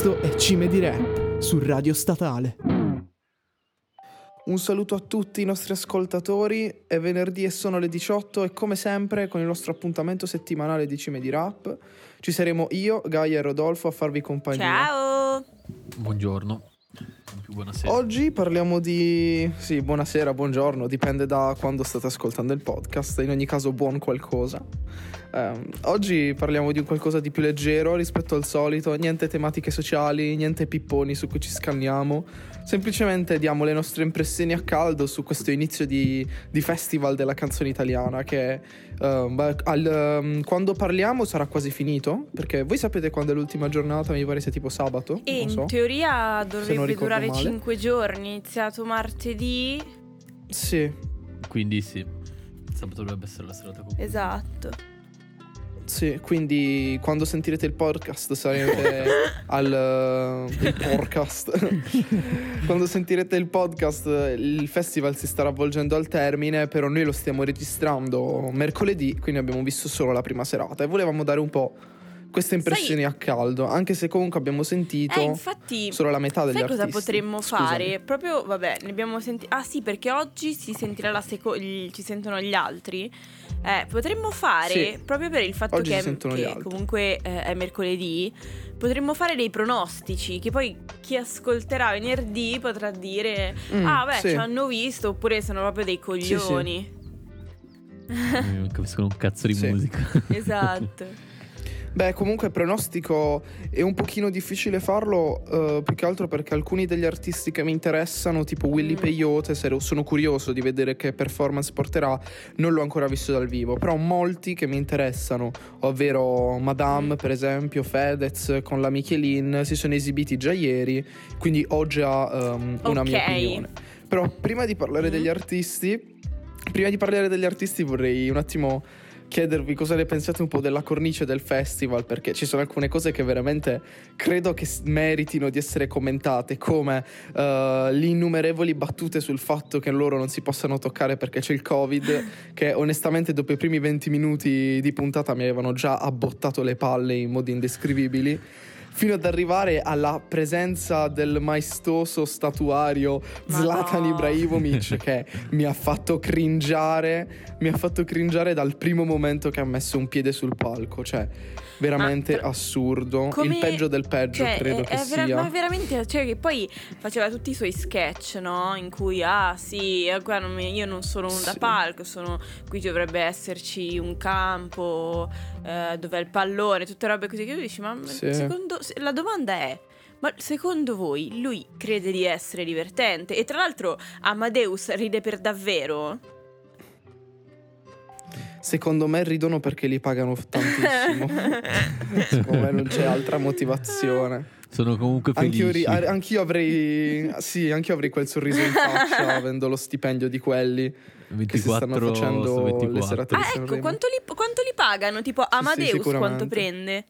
Questo è Cime di Rap su Radio Statale. Un saluto a tutti i nostri ascoltatori. È venerdì e sono le 18 e come sempre con il nostro appuntamento settimanale di Cime di Rap ci saremo io, Gaia e Rodolfo a farvi compagnia. Ciao! Buongiorno. Buonasera. Oggi parliamo di... sì, buonasera, buongiorno, dipende da quando state ascoltando il podcast, in ogni caso buon qualcosa. Oggi parliamo di un qualcosa di più leggero rispetto al solito, niente tematiche sociali, niente pipponi su cui ci scanniamo, semplicemente diamo le nostre impressioni a caldo su questo inizio di festival della canzone italiana che quando parliamo sarà quasi finito, perché voi sapete quando è l'ultima giornata, mi pare sia tipo sabato. E non so, in teoria dovrebbe durare male. 5 giorni, iniziato martedì. Sì. Quindi sì, sabato dovrebbe essere la serata completa. Esatto. Sì, quindi quando sentirete il podcast sarete il podcast. Quando sentirete il podcast il festival si starà avvolgendo al termine, però noi lo stiamo registrando mercoledì, quindi abbiamo visto solo la prima serata e volevamo dare un po' queste impressioni a caldo, anche se comunque abbiamo sentito infatti, solo la metà degli artisti. Sai cosa potremmo fare? Scusami. Proprio, vabbè, ne abbiamo sentito. Ah sì, perché oggi si sentirà ci sentono gli altri. Potremmo fare, Sì, proprio per il fatto oggi che, si sentono gli altri. comunque è mercoledì, potremmo fare dei pronostici, che poi chi ascolterà venerdì potrà dire sì. ci hanno visto, oppure sono proprio dei coglioni. Non capiscono un cazzo di Sì. musica. Esatto. Beh, comunque pronostico è un pochino difficile farlo, più che altro perché alcuni degli artisti che mi interessano, tipo Willy Peyote, sono curioso di vedere che performance porterà, non l'ho ancora visto dal vivo, però molti che mi interessano, ovvero Madame per esempio, Fedez con la Michelin, si sono esibiti già ieri, quindi ho già una mia opinione. Però prima di parlare degli artisti vorrei un attimo chiedervi cosa ne pensate un po' della cornice del festival, perché ci sono alcune cose che veramente credo che meritino di essere commentate, come le innumerevoli battute sul fatto che loro non si possano toccare perché c'è il Covid, che onestamente dopo i primi 20 minuti di puntata mi avevano già abbottato le palle in modi indescrivibili, fino ad arrivare alla presenza del maestoso statuario Zlatan Ibrahimovic che mi ha fatto cringiare dal primo momento che ha messo un piede sul palco, cioè veramente assurdo, il peggio del peggio, cioè, credo che sia. Ma veramente, cioè, che poi faceva tutti i suoi sketch, no? In cui qua io non sono un da palco, qui dovrebbe esserci un campo dove è il pallone, tutte robe così, che tu dici, ma la domanda è: ma secondo voi lui crede di essere divertente? E tra l'altro Amadeus ride per davvero? Secondo me ridono perché li pagano tantissimo. Secondo me non c'è altra motivazione. Sono comunque felici. Anch'io avrei quel sorriso in faccia avendo lo stipendio di quelli 24 che si stanno facendo 24. le serate di Sanremo. Ecco, quanto li pagano? Tipo Amadeus quanto prende?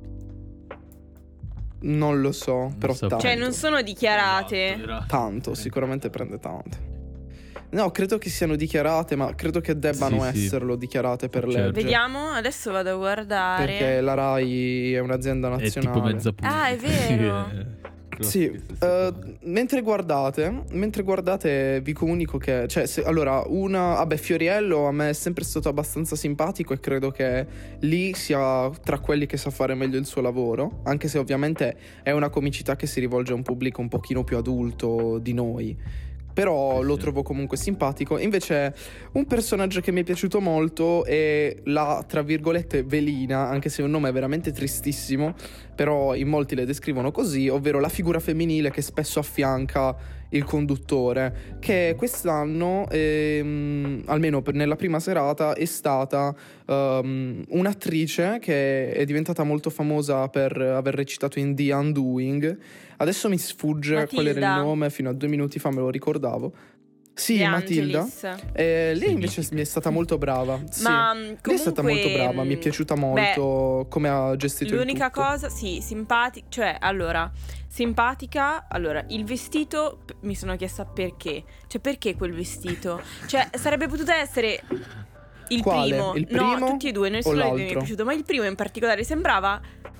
Non lo so, però so. tanto. Cioè non sono dichiarate. Tanto, sicuramente prende tanto. No, credo che siano dichiarate, ma credo che debbano esserlo dichiarate per legge. Vediamo, adesso vado a guardare. Perché la Rai è un'azienda nazionale. È tipo mezza pubblica. Ah, è vero. Sì, mentre guardate vi comunico che Fioriello a me è sempre stato abbastanza simpatico e credo che lì sia tra quelli che sa fare meglio il suo lavoro, anche se ovviamente è una comicità che si rivolge a un pubblico un pochino più adulto di noi. Però lo trovo comunque simpatico. Invece un personaggio che mi è piaciuto molto è la, tra virgolette, velina, anche se è un nome veramente tristissimo, però in molti le descrivono così, ovvero la figura femminile che spesso affianca il conduttore, che quest'anno, almeno nella prima serata, è stata un'attrice che è diventata molto famosa per aver recitato in The Undoing. Adesso mi sfugge Matilda. qual era il nome, fino a 2 minuti fa me lo ricordavo. Sì, De Matilda. Lei invece mi è stata molto brava. Sì. Ma lei è stata molto brava, mi è piaciuta molto come ha gestito il tutto. L'unica cosa, simpatica, simpatica. Allora, il vestito mi sono chiesta perché. Cioè, perché quel vestito? Cioè, sarebbe potuto essere il Quale? primo. Il primo no, tutti e due, nessuno di due mi è piaciuto, ma il primo in particolare sembrava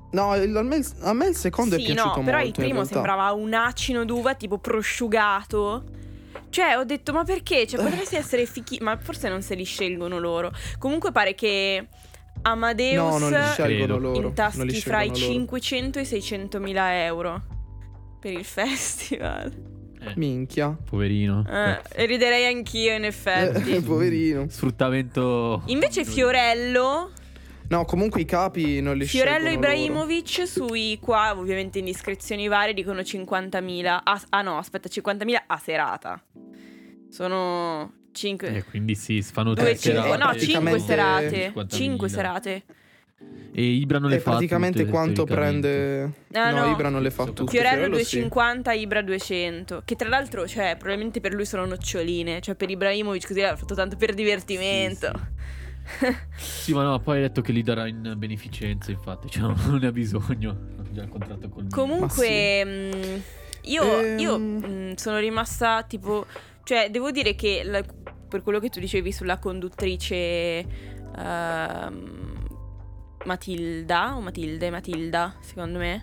No, a me il secondo è Sì, piaciuto no, molto. però il in primo realtà. sembrava un acino d'uva tipo prosciugato. Cioè, ho detto, ma perché? Cioè, potresti essere ma forse non se li scelgono loro. Comunque pare che Amadeus No, non li scelgono Credo. loro. Non li intaschi fra i scelgono loro. 500 e i 600 mila euro per il festival. Minchia. Poverino. E riderei anch'io, in effetti. Poverino. Sfruttamento. Invece Fiorello No, comunque i capi non li scelgono loro. Ibrahimovic sui qua, ovviamente indiscrezioni varie, dicono 50.000. Ah no, aspetta, 50.000 a serata. Sono 5. Quindi sì, si fanno 2, tre 5, serate. no, 5 praticamente- serate. 50.000. 5 serate. E Ibra non le E fa praticamente tutte, quanto teoricamente. prende. No, no. Ibra non le fa Fiorello tutte. Fiorello sì. 250, Ibra 200. Che tra l'altro, cioè, probabilmente per lui sono noccioline. Cioè, per Ibrahimovic così l'ha fatto tanto per divertimento. Sì, ma no, poi hai detto che li darà in beneficenza, infatti, cioè, non ne ha bisogno. Ha già il contratto col Milan. Comunque, io sono rimasta tipo. Cioè, devo dire che per quello che tu dicevi sulla conduttrice Matilda, secondo me.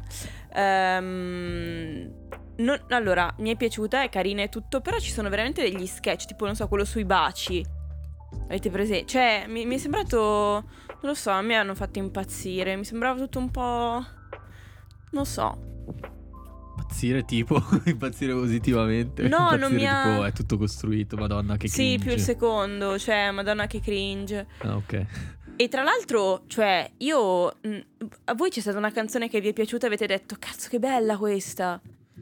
Allora, mi è piaciuta, è carina e tutto, però ci sono veramente degli sketch, tipo, non so, quello sui baci. Avete presente? Cioè, mi è sembrato. Non lo so, a me hanno fatto impazzire. Mi sembrava tutto un po'. Non so. Impazzire tipo, impazzire positivamente. No, Impazzire non mi ha- tipo, è tutto costruito, madonna che Sì, cringe. più il secondo, cioè, madonna che cringe. Ah, ok. E tra l'altro, cioè, a voi c'è stata una canzone che vi è piaciuta e avete detto, cazzo che bella questa.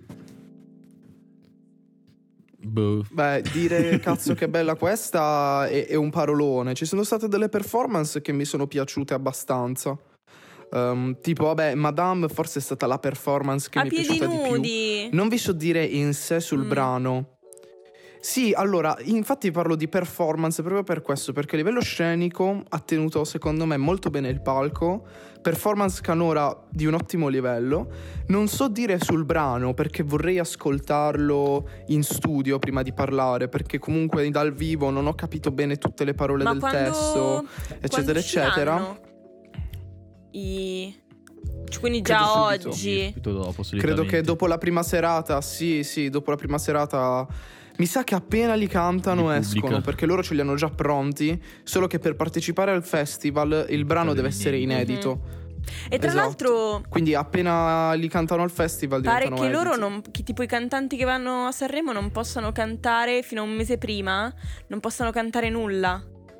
Boh. Beh, dire cazzo che bella questa è un parolone. Ci sono state delle performance che mi sono piaciute abbastanza. Tipo, vabbè, Madame forse è stata la performance che A mi è piedi piaciuta di più. nudi. Non vi so dire in sé sul brano. Sì, allora, infatti parlo di performance proprio per questo, perché a livello scenico ha tenuto secondo me molto bene il palco, performance canora di un ottimo livello. Non so dire sul brano perché vorrei ascoltarlo in studio prima di parlare, perché comunque dal vivo non ho capito bene tutte le parole Ma del quando, testo, eccetera, quando eccetera. usciranno quindi Credo già subito. oggi. Subito dopo, Credo solitamente. che dopo la prima serata, sì, dopo la prima serata, mi sa che appena li cantano Li escono, pubblica. perché loro ce li hanno già pronti, solo che per partecipare al festival il brano deve essere inedito. E tra Esatto. l'altro Quindi appena li cantano al festival pare diventano che loro editi. non, che tipo i cantanti che vanno a Sanremo non possano cantare fino a un mese prima, non possano cantare nulla.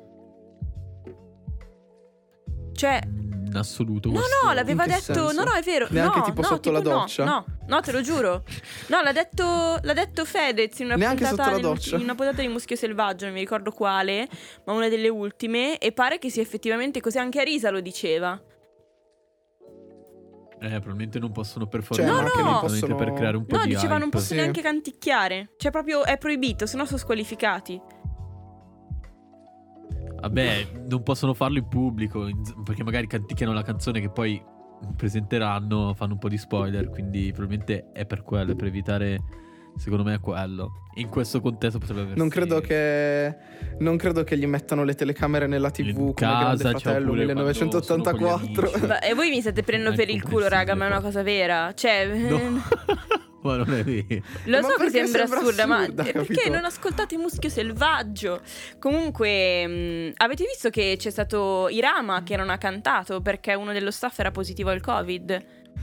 Cioè, In assoluto. no, questo- no, l'aveva in che detto. senso? No, no, è vero. Neanche no, tipo no, sotto la tipo no, doccia? No, te lo giuro. No, l'ha detto Fedez in una Neanche puntata sotto la doccia? in una puntata di Muschio Selvaggio, non mi ricordo quale, ma una delle ultime, e pare che sia effettivamente così. Anche Arisa lo diceva. Probabilmente non possono performare. No, anche no. non Solamente possono... per creare un po' No, di diceva hype. non posso Sì. neanche canticchiare. Cioè proprio è proibito, sennò sono squalificati. Vabbè, non possono farlo in pubblico, perché magari canticchiano la canzone che poi presenteranno, fanno un po' di spoiler, quindi probabilmente è per quello, per evitare, secondo me è quello. In questo contesto potrebbe aver Non credo che gli mettano le telecamere nella TV In come casa, Grande cioè, Fratello oppure quando sono con gli 1984. amici. E voi mi state prendendo per il culo, raga, ma è una cosa vera. Cioè, No. Ma non è vero. lo Ma so che perché sembra sembra assurda, ma assurda, perché capito? non ascoltate Muschio Selvaggio? Comunque, avete visto che c'è stato Irama che non ha cantato perché uno dello staff era positivo al Covid?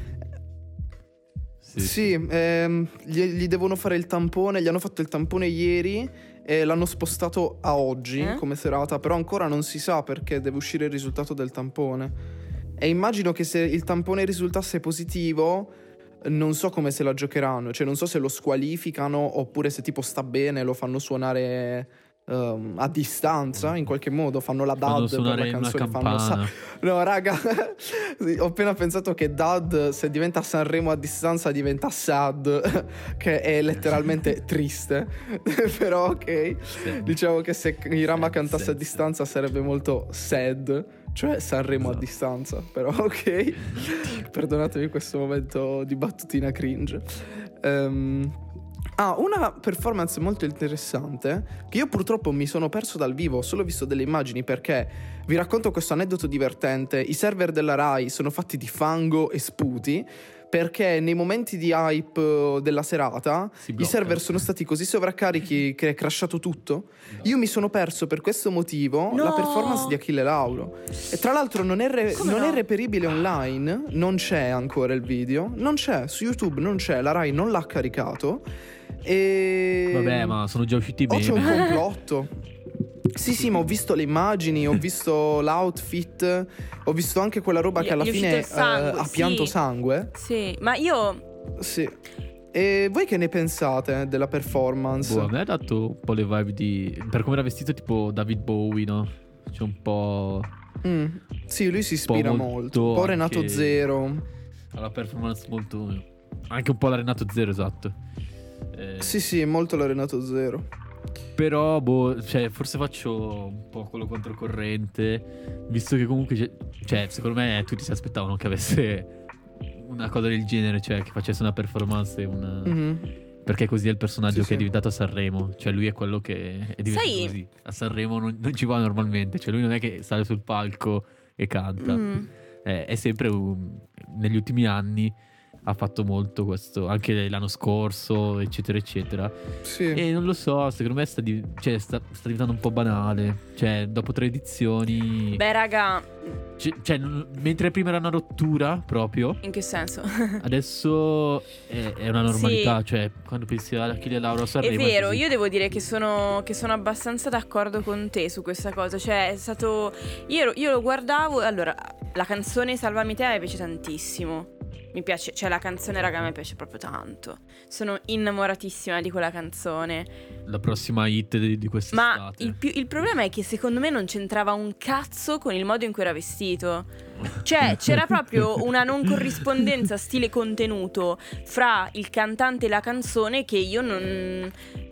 Sì, gli devono fare il tampone, gli hanno fatto il tampone ieri e l'hanno spostato a oggi come serata, però ancora non si sa perché deve uscire il risultato del tampone. E immagino che se il tampone risultasse positivo, non so come se la giocheranno, cioè non so se lo squalificano oppure se tipo sta bene lo fanno suonare a distanza in qualche modo, fanno la Fanno dad per suonare la una canzone, campana. No, raga, ho appena pensato che Dad, se diventa Sanremo a distanza, diventa sad, che è letteralmente triste. Però, ok. Diciamo che se Irama cantasse a distanza sarebbe molto sad, cioè Sanremo a distanza. Però, ok. Perdonatemi questo momento di battutina cringe. Ah, una performance molto interessante che io purtroppo mi sono perso dal vivo, ho solo visto delle immagini perché vi racconto questo aneddoto divertente. I server della Rai sono fatti di fango e sputi perché nei momenti di hype della serata i server sono stati così sovraccarichi che è crashato tutto. Io mi sono perso per questo motivo la performance di Achille Lauro. E tra l'altro non è reperibile online, non c'è ancora il video, non c'è, su YouTube non c'è, la Rai non l'ha caricato. E Vabbè, ma sono già usciti o meme. c'è un complotto. Sì, ma ho visto le immagini, ho visto l'outfit, ho visto anche quella roba che alla fine ha pianto sangue. Sì, ma io... Sì. E voi che ne pensate della performance? A me ha dato un po' le vibe di... Per come era vestito tipo David Bowie, no? C'è un po'... Sì, lui si ispira molto. Un po' Renato anche... Zero. Ha la performance molto... Anche un po' la Renato Zero, esatto. Sì, molto la Renato Zero. Però, cioè, forse faccio un po' quello controcorrente, visto che comunque, cioè, secondo me tutti si aspettavano che avesse una cosa del genere, cioè che facesse una performance, perché così è il personaggio che è diventato a Sanremo. Cioè lui è quello che è diventato così. A Sanremo non ci va normalmente, cioè lui non è che sale sul palco e canta. È sempre negli ultimi anni ha fatto molto questo, anche l'anno scorso, eccetera eccetera. Sì. E non lo so, secondo me sta diventando un po' banale. Cioè, dopo 3 edizioni. Beh, raga. Cioè, mentre prima era una rottura proprio. In che senso? Adesso è una normalità. Sì. Cioè, quando pensi ad Achille Lauro a Sanremo. È vero, io devo dire che sono abbastanza d'accordo con te su questa cosa. Cioè, è stato. Io lo guardavo. Allora, la canzone Salvami te mi piace tantissimo. Mi piace, cioè la canzone, raga, mi piace proprio tanto. Sono innamoratissima di quella canzone. La prossima hit di quest'estate. Ma il problema è che secondo me non c'entrava un cazzo con il modo in cui era vestito. Cioè c'era proprio una non corrispondenza stile contenuto fra il cantante e la canzone che io non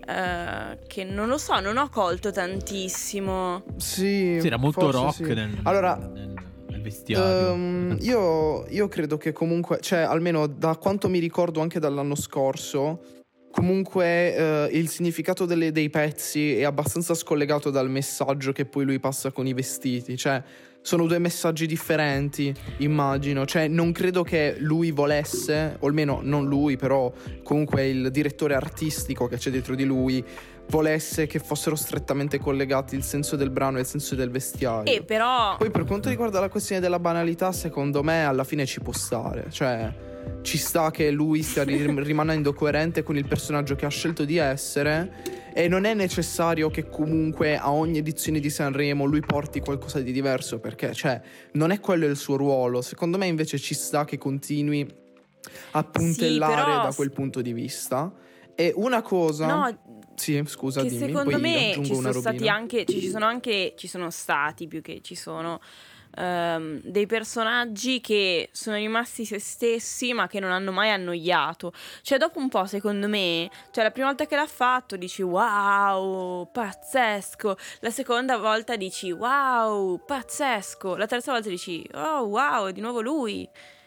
lo so, non ho colto tantissimo. Sì, era molto rock sì. nel vestiario. Io credo che comunque, cioè almeno da quanto mi ricordo anche dall'anno scorso, comunque il significato dei pezzi è abbastanza scollegato dal messaggio che poi lui passa con i vestiti. Cioè sono 2 messaggi differenti, immagino. Cioè non credo che lui volesse, o almeno non lui, però comunque il direttore artistico che c'è dietro di lui volesse che fossero strettamente collegati il senso del brano e il senso del vestiario. Però Poi per quanto riguarda la questione della banalità, secondo me alla fine ci può stare. Cioè ci sta che lui stia rimanendo coerente con il personaggio che ha scelto di essere, e non è necessario che comunque a ogni edizione di Sanremo lui porti qualcosa di diverso, perché cioè non è quello il suo ruolo. Secondo me invece ci sta che continui a puntellare da quel punto di vista. E una cosa... No, sì, scusa, che dimmi. secondo poi me aggiungo ci una sono stati robina. anche ci sono stati più che ci sono dei personaggi che sono rimasti se stessi ma che non hanno mai annoiato. Cioè dopo un po', secondo me, cioè la prima volta che l'ha fatto dici wow, pazzesco, la seconda volta dici wow, pazzesco, la terza volta dici oh wow, è di nuovo lui.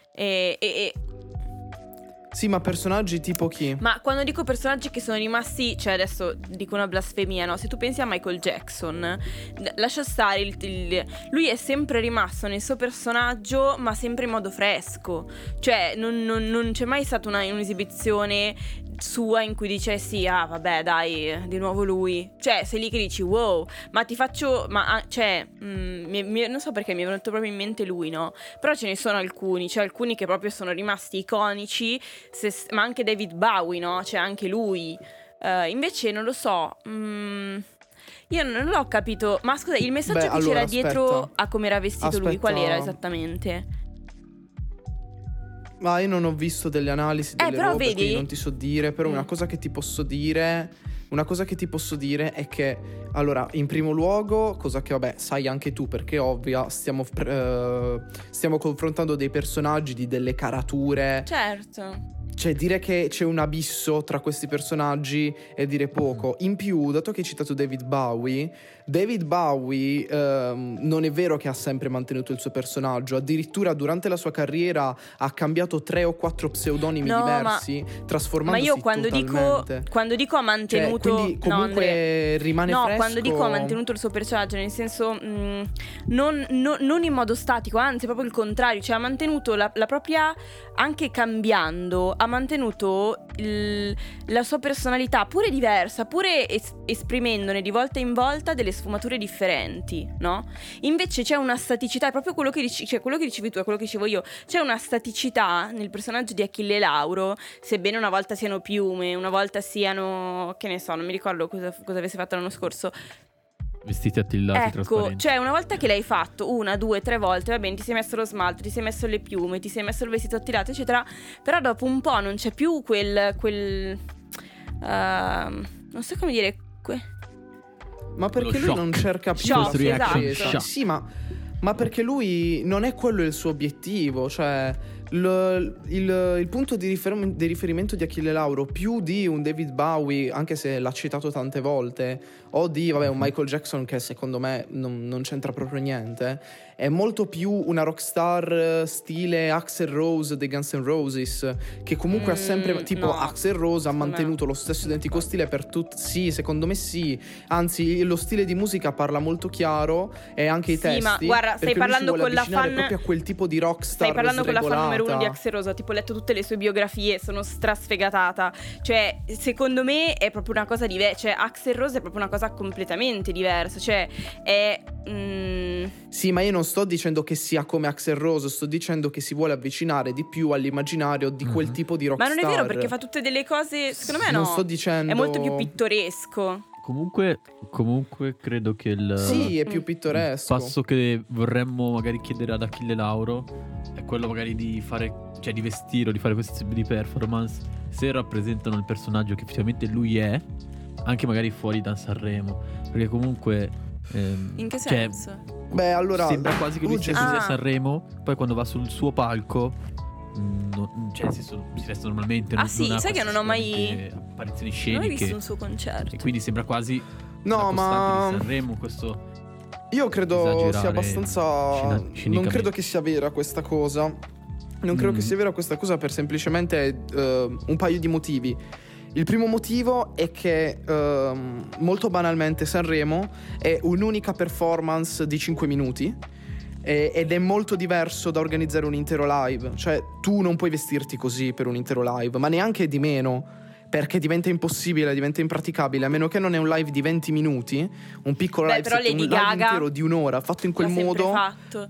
Sì, ma personaggi tipo chi? Ma quando dico personaggi che sono rimasti, cioè adesso dico una blasfemia, no? Se tu pensi a Michael Jackson, lascia stare lui è sempre rimasto nel suo personaggio, ma sempre in modo fresco. Cioè non c'è mai stata un'esibizione sua in cui dice sì, ah vabbè dai, di nuovo lui. Cioè sei lì che dici wow, ma ti faccio, cioè non so perché mi è venuto proprio in mente lui, no? Però ce ne sono alcuni, cioè alcuni che proprio sono rimasti iconici, ma anche David Bowie, no? Cioè anche lui. Invece non lo so, io non l'ho capito. Ma scusa, il messaggio che c'era dietro a come era vestito lui, qual era esattamente? Ma io non ho visto delle analisi delle però robe, vedi? quindi non ti so dire. Però una cosa che ti posso dire è che, allora, in primo luogo, cosa che vabbè sai anche tu perché è ovvia, stiamo confrontando dei personaggi di delle carature. Certo. Cioè dire che c'è un abisso tra questi personaggi è dire poco. In più, dato che hai citato David Bowie, David Bowie non è vero che ha sempre mantenuto il suo personaggio, addirittura durante la sua carriera ha cambiato 3 o 4 pseudonimi diversi, trasformandosi ma io quando totalmente. dico ha mantenuto, cioè, quindi comunque rimane fresco. No, quando dico ha mantenuto il suo personaggio, nel senso non in modo statico, anzi proprio il contrario, cioè ha mantenuto la propria, anche cambiando, ha mantenuto la sua personalità pure diversa, pure esprimendone di volta in volta delle sfumature differenti, no? Invece c'è una staticità, è proprio quello che dici, cioè quello che dicevi tu è quello che dicevo io, c'è una staticità nel personaggio di Achille Lauro, sebbene una volta siano piume, una volta siano, che ne so, non mi ricordo cosa avesse fatto l'anno scorso, vestiti attillati, trasparenti. Cioè una volta che l'hai fatto 1, 2, 3 volte, va bene, ti sei messo lo smalto, ti sei messo le piume, ti sei messo il vestito attillato, eccetera, però dopo un po' non c'è più quel non so come dire, ma perché lui non cerca più shock, la sua esatto. ripresa. Sì, ma perché lui non è quello il suo obiettivo, cioè il punto di riferimento di Achille Lauro, più di un David Bowie, anche se l'ha citato tante volte, o di un Michael Jackson, che secondo me non c'entra proprio niente, è molto più una rockstar stile Axl Rose dei Guns N' Roses, che comunque ha sempre, tipo, no, Axl Rose ha mantenuto lo stesso identico stile per tutti. Sì, secondo me sì, anzi lo stile di musica parla molto chiaro, e anche i testi. Ma guarda, stai parlando con la fan, proprio a quel tipo di rockstar. stai parlando sregolata. Con la fan numero 1 di Axl Rose, ho tipo letto tutte le sue biografie, sono strasfegatata. Cioè, secondo me è proprio una cosa diversa. Cioè, Axl Rose è proprio una cosa completamente diversa. Cioè, è Sì, ma io non sto dicendo che sia come Axl Rose, sto dicendo che si vuole avvicinare di più all'immaginario di quel tipo di rockstar. Ma non è vero, perché fa tutte delle cose, secondo me no. Non sto dicendo. È molto più pittoresco. Comunque credo che Sì, è più pittoresco. il passo che vorremmo magari chiedere ad Achille Lauro è quello magari di fare, cioè di vestire o di fare questi tipi di performance se rappresentano il personaggio che effettivamente lui è, anche magari fuori da Sanremo, perché comunque in che senso? Beh, allora sembra quasi che lui sia così a Ah. Sanremo, poi quando va sul suo palco cioè si veste normalmente. Sì, sai che non ho mai apparizioni non sceniche, ho visto un suo concerto. e quindi sembra quasi no, la costante ma di Sanremo, questo io credo esagerare sia abbastanza scenicamente. non credo che sia vera questa cosa. Non credo che sia vera questa cosa per semplicemente un paio di motivi. Il primo motivo è che molto banalmente Sanremo è un'unica performance di 5 minuti ed è molto diverso da organizzare un intero live. Cioè, tu non puoi vestirti così per un intero live, ma neanche di meno, perché diventa impossibile, diventa impraticabile, a meno che non è un live di 20 minuti, un piccolo live, però Lady un live Gaga intero di un'ora fatto in quel l'ha sempre modo. fatto.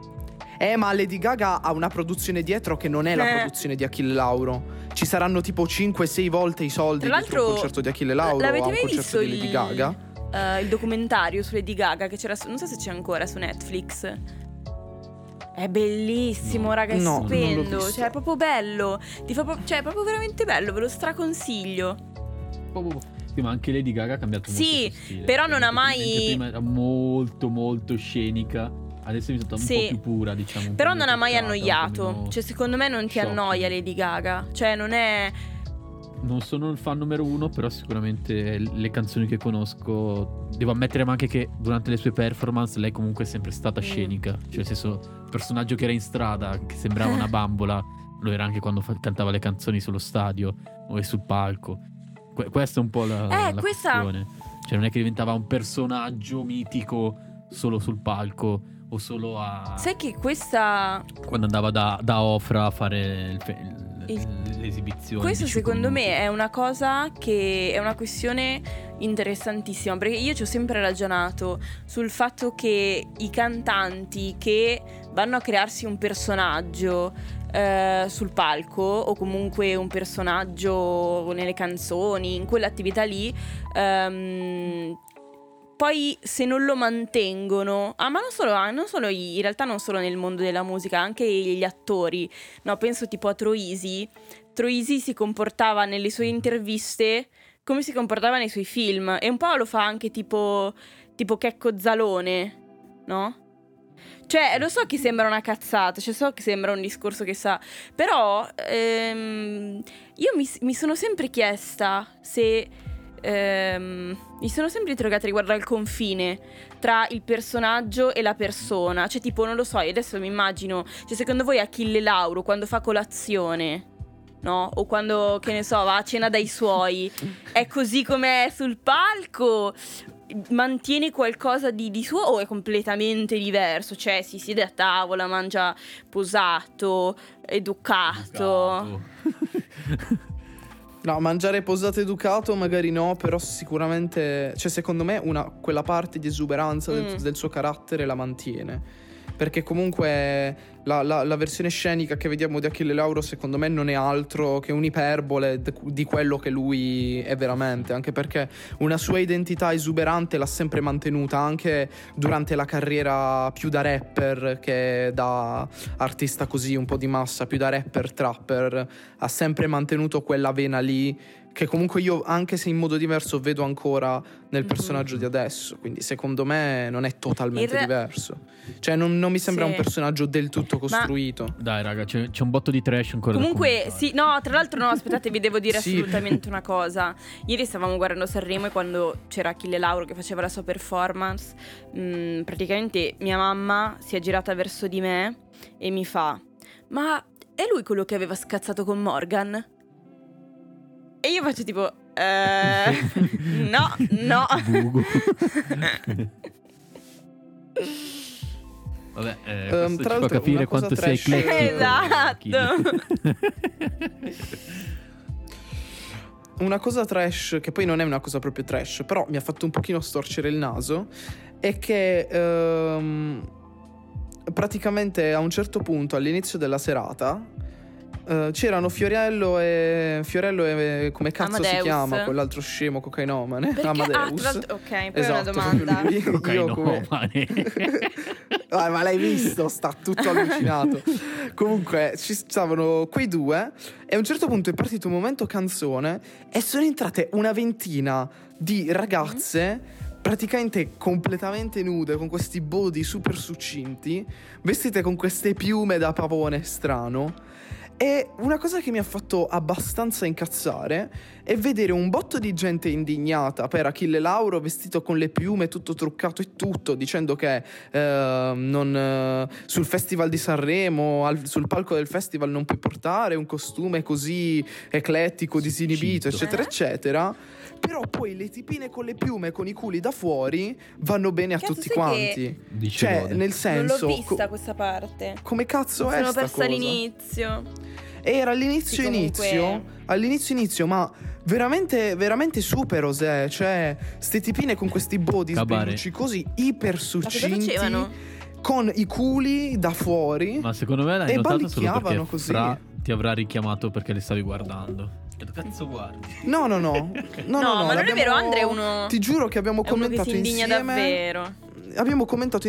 Ma Lady Gaga ha una produzione dietro che non è la produzione di Achille Lauro. Ci saranno tipo 5-6 volte i soldi Tra dietro un l'altro, concerto di Achille Lauro o a l'avete un mai concerto visto di Lady Gaga. il documentario su Lady Gaga che c'era non so se c'è ancora su Netflix. È bellissimo, No. raga, è No, non l'ho stupendo. visto. Cioè, è proprio bello. Cioè, è proprio veramente bello, ve lo straconsiglio. Sì, ma anche Lady Gaga ha cambiato molto Sì, il suo stile. però non ha mai- Mentre prima era molto molto scenica, adesso è diventata un Sì. po' più pura, diciamo, un Però po' non ha mai meno truccata, un po' annoiato. meno Cioè, secondo me non ti shocking. annoia Lady Gaga. Cioè, non è. Non sono il fan numero 1, però sicuramente le canzoni che conosco. Devo ammettere ma anche che durante le sue performance lei comunque è sempre stata scenica. Cioè, nel senso, il personaggio che era in strada, che sembrava una bambola, lo era anche quando cantava le canzoni sullo stadio o sul palco. Questa è un po' la questa- questione. Cioè, non è che diventava un personaggio mitico solo sul palco o solo a... Sai che questa. quando andava da Ofra a fare l'esibizione. Questo di 5 secondo minuti. me è una cosa che è una questione interessantissima, perché io ci ho sempre ragionato sul fatto che i cantanti che vanno a crearsi un personaggio sul palco o comunque un personaggio nelle canzoni, in quell'attività lì, poi se non lo mantengono, ma non solo in realtà non solo nel mondo della musica, anche gli attori, no, penso tipo a Troisi si comportava nelle sue interviste come si comportava nei suoi film, e un po' lo fa anche tipo Checco Zalone, no? Cioè, lo so che sembra una cazzata, cioè so che sembra un discorso che sa, però io mi sono sempre chiesta se mi sono sempre interrogata riguardo al confine tra il personaggio e la persona. Cioè tipo, non lo so, io adesso mi immagino, cioè secondo voi Achille Lauro quando fa colazione, no? O quando, che ne so, va a cena dai suoi, è così com'è sul palco? Mantiene qualcosa di suo o è completamente diverso? Cioè si siede a tavola, mangia posato, educato. No, mangiare posato educato magari no, però sicuramente, cioè secondo me quella parte di esuberanza del suo carattere la mantiene. Perché comunque la versione scenica che vediamo di Achille Lauro secondo me non è altro che un'iperbole di quello che lui è veramente. Anche perché una sua identità esuberante l'ha sempre mantenuta, anche durante la carriera più da rapper che da artista così un po' di massa, più da rapper, trapper. Ha sempre mantenuto quella vena lì che comunque io, anche se in modo diverso, vedo ancora nel personaggio di adesso. Quindi secondo me non è totalmente diverso. Cioè non mi sembra un personaggio del tutto costruito. Dai raga, c'è un botto di trash ancora. Comunque sì, no, tra l'altro no, aspettate, vi devo dire Sì. assolutamente una cosa. Ieri stavamo guardando Sanremo e quando c'era Achille Lauro che faceva la sua performance, praticamente mia mamma si è girata verso di me e mi fa: ma è lui quello che aveva scazzato con Morgan? E io faccio tipo no. Bugo. Vabbè, questo tra ci fa l'altro, capire una cosa quanto sei trash- eclettico. Esatto. Una cosa trash, che poi non è una cosa proprio trash, però mi ha fatto un pochino storcere il naso, è che praticamente a un certo punto all'inizio della serata c'erano Fiorello e come cazzo Amadeus. si chiama quell'altro scemo cocainomane? Perché? Amadeus. Tra l'altro, ok, poi Esatto, una domanda. proprio lui. Io come Cocainomane. ma l'hai visto? Sta tutto allucinato. Comunque ci stavano quei due e a un certo punto è partito un momento canzone e sono entrate una ventina di ragazze praticamente completamente nude, con questi body super succinti, vestite con queste piume da pavone strano. E una cosa che mi ha fatto abbastanza incazzare è vedere un botto di gente indignata per Achille Lauro vestito con le piume, tutto truccato e tutto, dicendo che sul Festival di Sanremo, sul palco del festival non puoi portare un costume così eclettico, disinibito, eccetera eccetera. Però poi le tipine con le piume, con i culi da fuori, vanno bene a Cazzo, tutti sai quanti. Dice Cioè, Lode. nel Non senso, l'ho vista questa parte. come cazzo è Sono sta persa cosa? all'inizio. Era all'inizio Sì, comunque- inizio, ma veramente, veramente super osè. Cioè, ste tipine con questi body Cabare. sbellucci così iper Ma cosa succinti, facevano? con i culi da fuori. Ma secondo me l'hai E notato solo ballicchiavano perché così. Fra ti avrà richiamato perché le stavi guardando. Che cazzo guardi? No, No, ma non è vero, Andre è uno. Ti giuro che abbiamo È uno che commentato si indigna insieme. davvero. Abbiamo commentato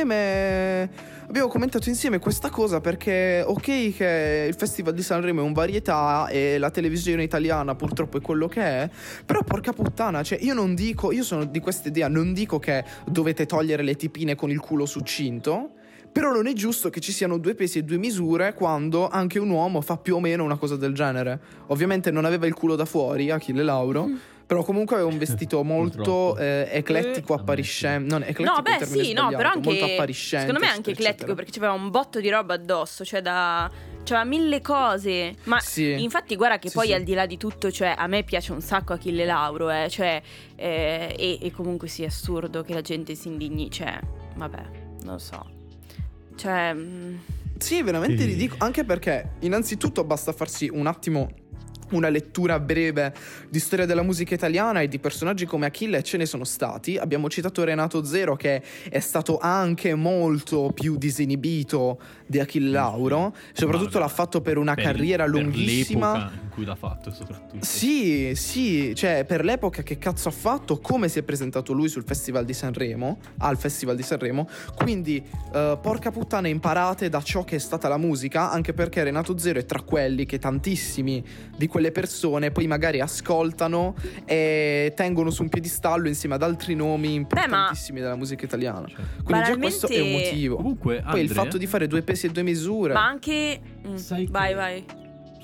insieme questa cosa perché ok che il Festival di Sanremo è un varietà e la televisione italiana purtroppo è quello che è, però porca puttana, cioè io sono di questa idea, non dico che dovete togliere le tipine con il culo succinto, però non è giusto che ci siano due pesi e due misure quando anche un uomo fa più o meno una cosa del genere. Ovviamente non aveva il culo da fuori Achille Lauro, però comunque aveva un vestito molto Purtroppo. eclettico, appariscente. Non eclettico, No, è il beh, termine sì, no, però sbagliato, molto anche. appariscente. Secondo me è anche eccetera, eclettico eccetera. perché c'aveva un botto di roba addosso, cioè c'aveva mille cose. Ma Sì. infatti, guarda che Sì, poi sì. al di là di tutto, cioè, a me piace un sacco Achille Lauro, cioè, e comunque sì, è assurdo che la gente si indigni, cioè, vabbè, non lo so. Cioè, Sì, veramente Sì. ridicolo. Anche perché, innanzitutto, basta farsi un attimo una lettura breve di storia della musica italiana e di personaggi come Achille, ce ne sono stati. Abbiamo citato Renato Zero, che è stato anche molto più disinibito di Achille Lauro. Soprattutto l'ha fatto per una carriera lunghissima. Per l'epoca in cui l'ha fatto, soprattutto. Sì, cioè per l'epoca che cazzo ha fatto, come si è presentato lui sul Festival di Sanremo, al Festival di Sanremo, quindi porca puttana, imparate da ciò che è stata la musica, anche perché Renato Zero è tra quelli che tantissimi di quelle persone poi magari ascoltano e tengono su un piedistallo insieme ad altri nomi importantissimi della musica italiana. Quindi già questo è un motivo. Comunque, Poi il Andre, fatto di fare due pesi e due misure. ma anche. sai Vai, che- vai.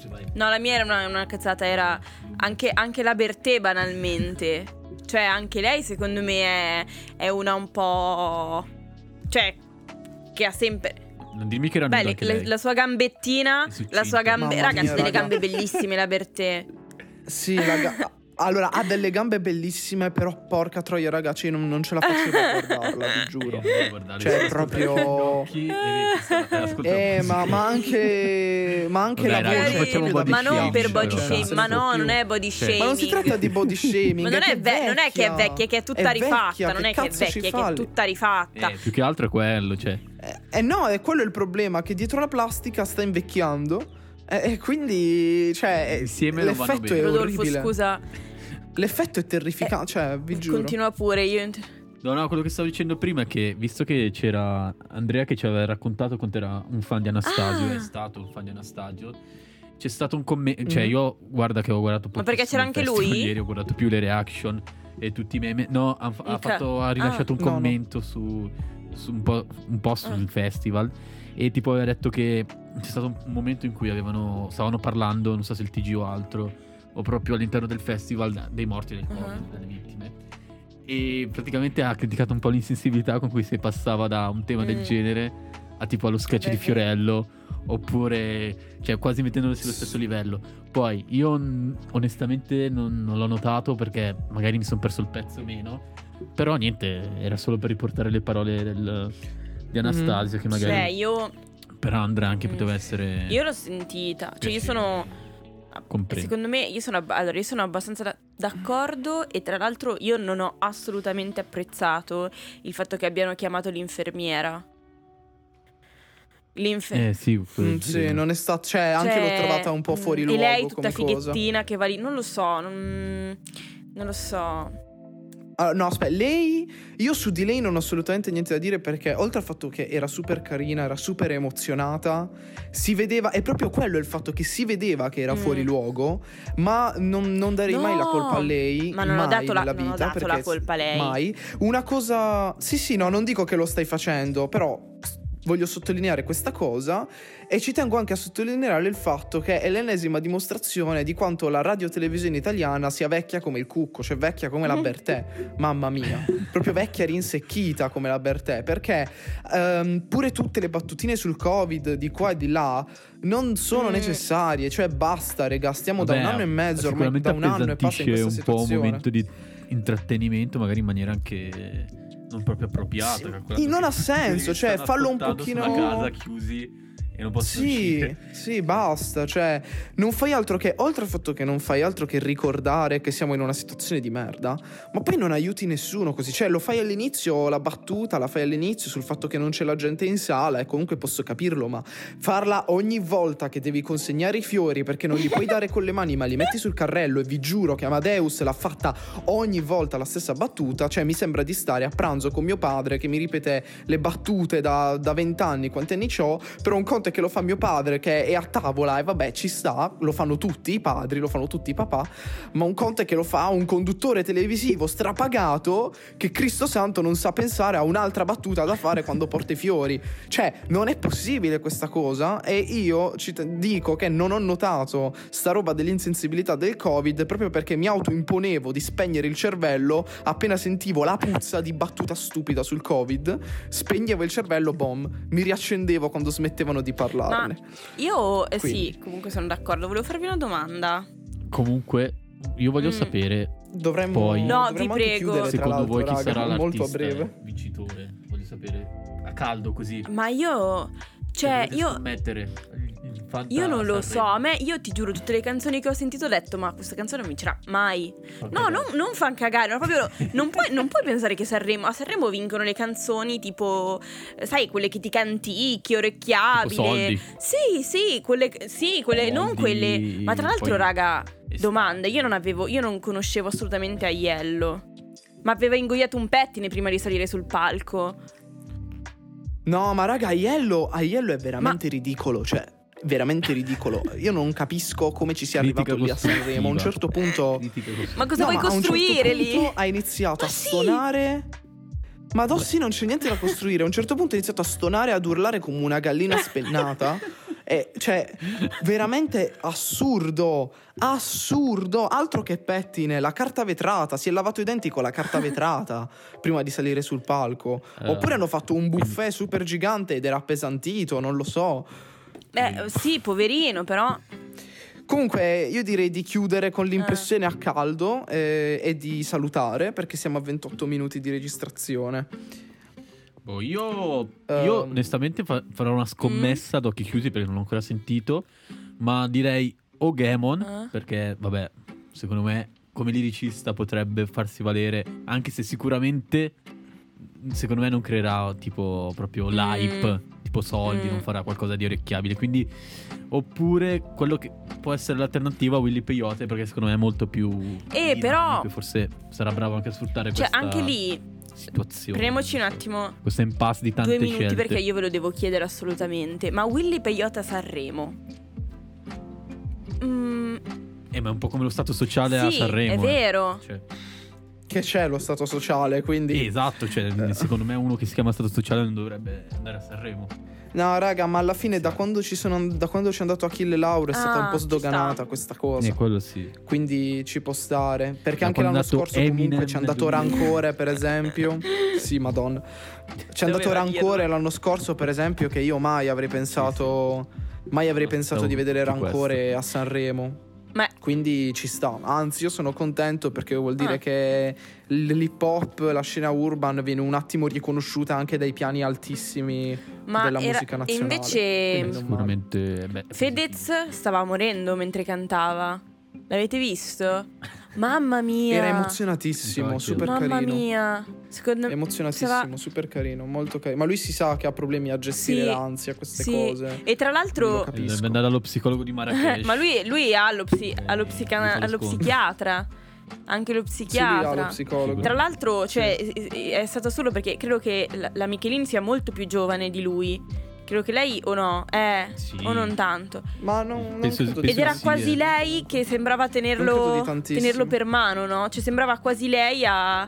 No, la mia era una cazzata, era anche la Bertè banalmente. Cioè anche lei secondo me è una un po'... Cioè che ha sempre... Non dirmi che era nuda anche lei. La sua gambettina, la sua Mamma ragazzi, mia, delle raga. gambe bellissime la Bertè. Sì, allora ha delle gambe bellissime, però porca troia, ragazzi, io non ce la facevo a guardarla, vi giuro. Cioè, proprio... ma anche Vabbè, la raga, voce non facciamo proprio body da Ma non shaming, per body però. shaming, ma no, non è body shaming. Ma non si tratta di body shaming. Ma non è che è vecchia, che è tutta rifatta. Non è che è vecchia, che è tutta rifatta. Più che altro è quello, cioè. No, è quello il problema, che dietro la plastica sta invecchiando. E quindi, cioè, Insieme non vanno l'effetto bene. è Rodolfo, orribile. scusa. L'effetto è terrificante, cioè, vi giuro. Continua pure, io... No, quello che stavo dicendo prima è che, visto che c'era Andrea che ci aveva raccontato quanto era un fan di Anastasio, Ah. è stato un fan di Anastasio, c'è stato un commento, cioè io guarda che ho guardato Ma perché c'era pochissimo il anche festival lui? ieri, ho guardato più le reaction e tutti i meme. No, ha rilasciato un no, no. commento su un post sul festival e tipo aveva detto che c'è stato un momento in cui stavano parlando, non so se il TG o altro, o proprio all'interno del festival dei morti del Covid, delle vittime. E praticamente ha criticato un po' l'insensibilità con cui si passava da un tema del genere a tipo allo sketch di Fiorello, oppure cioè quasi mettendosi allo stesso livello. Poi io onestamente non l'ho notato perché magari mi sono perso il pezzo meno, però niente, era solo per riportare le parole di Anastasio che magari Cioè, io... per Andrea anche poteva essere... Io l'ho sentita. Cioè, io sono... Comprendo. Secondo me, io sono abbastanza d'accordo. E tra l'altro io non ho assolutamente apprezzato il fatto che abbiano chiamato l'infermiera. Sì, Sì, non è stato, cioè, anche l'ho trovata un po' fuori luogo. E lei tutta come cosa. fighettina che va lì. Non lo so, non lo so. No, aspetta, io su di lei non ho assolutamente niente da dire, perché oltre al fatto che era super carina, era super emozionata, si vedeva, è proprio quello il fatto che si vedeva che era fuori luogo, ma non darei mai la colpa a lei. Ma non ho mai dato nella non ho vita, dato la perché colpa a lei. Mai. Una cosa, sì, no, non dico che lo stai facendo, però voglio sottolineare questa cosa, e ci tengo anche a sottolineare il fatto che è l'ennesima dimostrazione di quanto la radiotelevisione italiana sia vecchia come il cucco, cioè vecchia come la Bertè. Mamma mia, proprio vecchia rinsecchita come la Bertè, perché pure tutte le battutine sul Covid di qua e di là non sono necessarie, cioè basta, regà, stiamo da un anno e mezzo, ormai da un anno e passa in questa un po' un situazione. momento di intrattenimento magari in maniera anche non proprio appropriata. Non ha senso, cioè fallo un pochino... a casa chiusi e non possono uscire. Sì, basta, cioè non fai altro che, oltre al fatto che non fai altro che ricordare che siamo in una situazione di merda, ma poi non aiuti nessuno così, cioè lo fai all'inizio, la battuta la fai all'inizio sul fatto che non c'è la gente in sala, e comunque posso capirlo, ma farla ogni volta che devi consegnare i fiori perché non li puoi dare con le mani ma li metti sul carrello, e vi giuro che Amadeus l'ha fatta ogni volta la stessa battuta, cioè mi sembra di stare a pranzo con mio padre che mi ripete le battute da 20 anni, quanti anni c'ho, però un conto è che lo fa mio padre che è a tavola e vabbè ci sta, lo fanno tutti i padri, lo fanno tutti i papà, ma un conto è che lo fa un conduttore televisivo strapagato che Cristo santo non sa pensare a un'altra battuta da fare quando porta i fiori, cioè non è possibile questa cosa. E io dico che non ho notato sta roba dell'insensibilità del Covid proprio perché mi autoimponevo di spegnere il cervello appena sentivo la puzza di battuta stupida sul Covid, spegnevo il cervello, mi riaccendevo quando smettevano di parlarne. Ma io Quindi. sì, comunque sono d'accordo. Volevo farvi una domanda. Comunque io voglio sapere Dovremmo poi No, dovremmo vi anche prego. chiudere, tra secondo l'altro, voi chi raga, sarà molto a l'artista breve. vincitore. Voglio sapere a caldo così. Ma io, cioè, Dovete io scommettere. Io non lo so, a me, io ti giuro, tutte le canzoni che ho sentito ho detto, ma questa canzone non vincerà mai. No, non fan cagare, ma proprio non puoi pensare che a Sanremo vincono le canzoni tipo, sai, quelle che ti canticchi, orecchiabile. Tipo Soldi. Sì, quelle, Soldi, non quelle. Ma tra l'altro, poi raga, estate. domanda, io non conoscevo assolutamente Aiello. Ma aveva ingoiato un pettine prima di salire sul palco. No, ma raga, Aiello è veramente ridicolo, cioè veramente ridicolo. Io non capisco come ci sia Critica arrivato lì a Sanremo. A un certo punto Ma cosa vuoi ma a un costruire certo punto lì? ha iniziato Ma a sì! stonare. Ma Dossi non c'è niente da costruire. A un certo punto ha iniziato a stonare, ad urlare come una gallina spennata. Cioè, veramente assurdo. Altro che pettine, la carta vetrata. Si è lavato i denti con la carta vetrata prima di salire sul palco. Oppure hanno fatto un buffet super gigante ed era appesantito, non lo so. Sì, poverino, però. Comunque io direi di chiudere con l'impressione a caldo e di salutare, perché siamo a 28 minuti di registrazione. Io onestamente farò una scommessa ad occhi chiusi perché non l'ho ancora sentito, ma direi o Gamon, perché vabbè, secondo me come liricista potrebbe farsi valere, anche se sicuramente secondo me non creerà tipo proprio l'hype, tipo soldi, non farà qualcosa di orecchiabile, quindi oppure quello che può essere l'alternativa a Willy Peyote, perché secondo me è molto più però forse sarà bravo anche a sfruttare cioè, questa anche lì situazione. prendiamoci un attimo questo impasse di tante 2 minuti scelte, perché io ve lo devo chiedere assolutamente. Ma Willy Peyote a Sanremo? ma è un po' come lo stato sociale a Sì, Sanremo. è vero. Cioè, Che c'è lo stato sociale, quindi... esatto, cioè, secondo me uno che si chiama stato sociale non dovrebbe andare a Sanremo. No, raga, ma alla fine da quando c'è andato Achille Lauro è stata un po' ci sdoganata sta. questa cosa. Quello sì. Quindi ci può stare. Perché Da anche quando l'anno è andato scorso comunque Eminem c'è andato nel 2000. Rancore, per esempio. Sì, madonna. C'è andato Doveva Rancore dirlo. l'anno scorso, per esempio, che io mai avrei pensato... Mai avrei pensato di vedere tutto Rancore a Sanremo. Ma Quindi ci sta. Anzi, io sono contento perché vuol dire che l'hip hop, la scena urban viene un attimo riconosciuta anche dai piani altissimi della musica nazionale. E invece Quindi non male. Sicuramente Fedez stava morendo mentre cantava. L'avete visto? Mamma mia. Era emozionatissimo, super Mamma carino. mia. Secondo me Emozionatissimo, super carino, molto carino. Ma lui si sa che ha problemi a gestire Sì, l'ansia, queste sì. cose. E tra Lo l'altro capisco. Deve andare dallo psicologo di Marrakesh. ma lui ha allo mi fa lo sconto. psichiatra. Anche lo Sì, lui psichiatra. ha lo psicologo. Tra l'altro, cioè, è stato solo perché credo che la Michelin sia molto più giovane di lui. Credo che lei o no? Sì. O non tanto. Ma non Penso- credo penso Ed era sì, quasi lei che sembrava Non credo tenerlo, di tantissimo. tenerlo per mano, no? Cioè sembrava quasi lei a...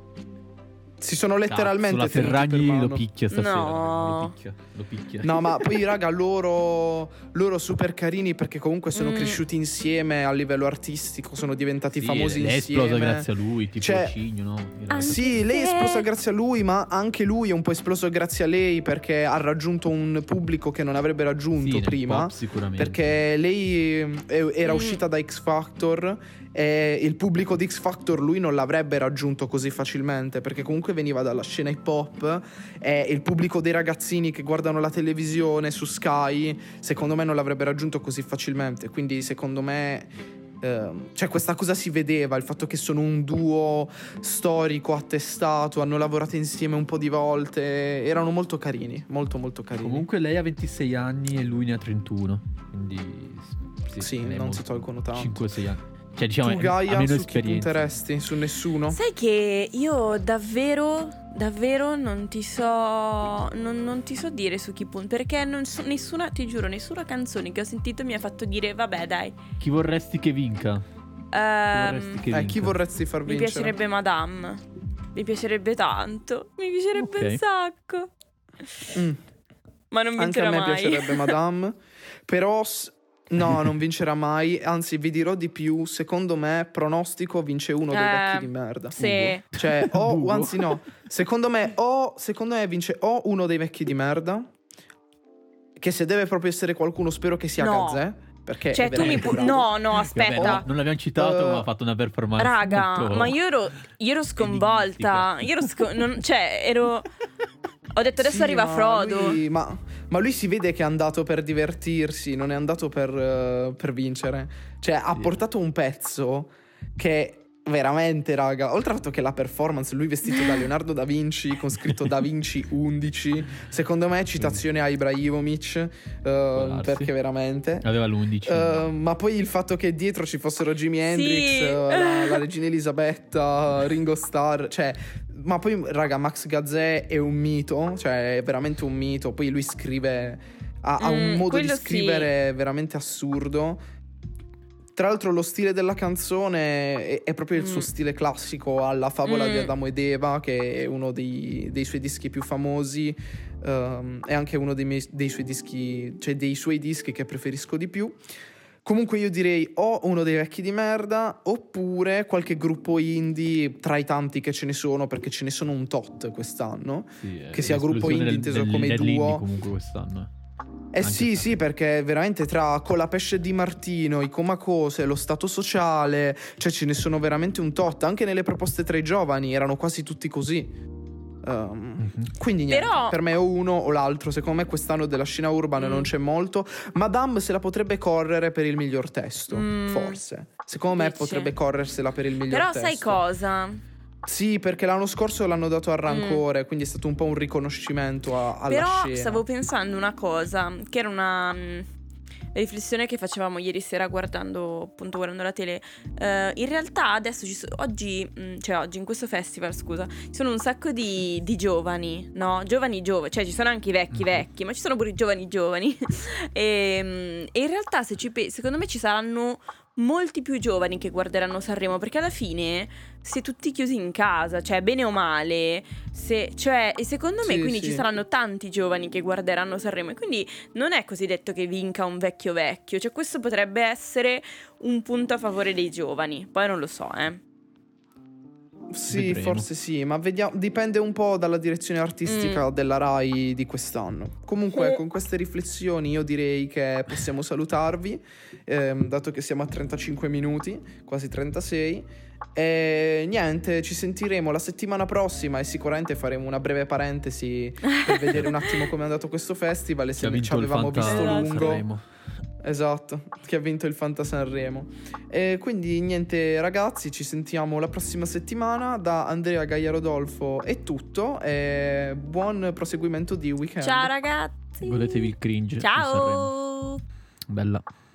Si sono letteralmente la tenuti per Ferragni mano. lo picchia stasera. No. Lo picchia. No, ma poi raga, loro super carini perché comunque sono cresciuti insieme a livello artistico, sono diventati Sì, famosi lei è insieme. esplosa grazie a lui, tipo Cioè, Cigno, no? Anche Sì, lei è se- esplosa grazie a lui, ma anche lui è un po' esploso grazie a lei perché ha raggiunto un pubblico che non avrebbe raggiunto Sì, nel prima. pop sicuramente. Perché lei era uscita da X Factor e il pubblico di X Factor lui non l'avrebbe raggiunto così facilmente perché comunque veniva dalla scena hip hop e il pubblico dei ragazzini che guardano la televisione su Sky secondo me non l'avrebbe raggiunto così facilmente. Quindi secondo me cioè questa cosa si vedeva, il fatto che sono un duo storico attestato, hanno lavorato insieme un po' di volte, erano molto carini, molto molto carini. Comunque lei ha 26 anni e lui ne ha 31. Quindi Sì, lei è non molto- si tolgono tanto. 5-6 anni. Cioè, diciamo, Tu Gaia ha meno su chi esperienza. punteresti? Su nessuno? Sai che io davvero non ti so dire su chi punto, perché nessuna, ti giuro, nessuna canzone che ho sentito mi ha fatto dire vabbè dai. Chi vorresti che vinca? Chi vorresti far Mi vincere? piacerebbe Madame. Mi piacerebbe tanto. Mi piacerebbe Ok. un sacco. Mm. Ma non Anche a vincerà me mai. piacerebbe Madame. Però no, non vincerà mai. Anzi, vi dirò di più. Secondo me, pronostico vince uno dei vecchi di merda. Sì. Cioè, Bugo. anzi no. Secondo me vince o uno dei vecchi di merda. Che se deve proprio essere qualcuno, spero che sia No. Gazzè. Perché Cioè è tu mi veramente pu- bravo. No, aspetta. Vabbè, non l'abbiamo citato, ma ha fatto una performance. Raga, molto- ma io ero sconvolta. Ho detto adesso Sì, arriva ma Frodo. ma lui si vede che è andato per divertirsi, non è andato per vincere. Cioè, ha portato un pezzo che veramente, raga, oltre al fatto che la performance, lui vestito da Leonardo da Vinci con scritto Da Vinci 11, secondo me è citazione a Ibrahimovic, darsi. perché veramente... Aveva l'11. ma poi il fatto che dietro ci fossero Jimi Hendrix, Sì. la regina Elisabetta, Ringo Starr, cioè, ma poi raga, Max Gazzè è un mito, cioè è veramente un mito. Poi lui scrive, ha un modo di quello sì. scrivere veramente assurdo. Tra l'altro lo stile della canzone è proprio il suo stile classico, alla Favola di Adamo ed Eva, che è uno dei suoi dischi più famosi, è anche uno dei suoi dischi, cioè dei suoi dischi che preferisco di più. Comunque io direi o uno dei vecchi di merda, oppure qualche gruppo indie tra i tanti che ce ne sono, perché ce ne sono un tot quest'anno, Sì, che sia gruppo indie inteso come duo. Comunque quest'anno. Sì, perché veramente tra Colapesce Di Martino, i Comacose, lo Stato Sociale, cioè ce ne sono veramente un tot. Anche nelle proposte tra i giovani erano quasi tutti così. Quindi niente, Però... per me o uno o l'altro. Secondo me quest'anno della scena urbana non c'è molto. Madame se la potrebbe correre per il miglior testo, forse. Secondo me potrebbe corrersela per il miglior testo. Però sai cosa? Sì, perché l'anno scorso l'hanno dato a Rancore, quindi è stato un po' un riconoscimento alla Però scena. stavo pensando una cosa, che era una riflessione che facevamo ieri sera guardando la tele. In realtà adesso oggi in questo festival, scusa, ci sono un sacco di giovani, no? Giovani, cioè ci sono anche i vecchi, ma ci sono pure i giovani. e in realtà secondo me ci saranno molti più giovani che guarderanno Sanremo, perché alla fine si è tutti chiusi in casa, cioè bene o male, e secondo me quindi ci saranno tanti giovani che guarderanno Sanremo, e quindi non è così detto che vinca un vecchio, cioè questo potrebbe essere un punto a favore dei giovani, poi non lo so, Sì, Vedremo. forse sì, ma vediamo, dipende un po' dalla direzione artistica della Rai di quest'anno. Comunque, con queste riflessioni io direi che possiamo salutarvi, dato che siamo a 35 minuti, quasi 36. E niente, ci sentiremo la settimana prossima e sicuramente faremo una breve parentesi per vedere un attimo come è andato questo festival e se ci avevamo visto lungo. Sanremo. Esatto, che ha vinto il Fanta Sanremo. E quindi niente ragazzi, ci sentiamo la prossima settimana. Da Andrea Gaia Rodolfo è tutto e buon proseguimento di weekend. Ciao ragazzi, Godetevi il cringe. di ciao. Sanremo. Bella.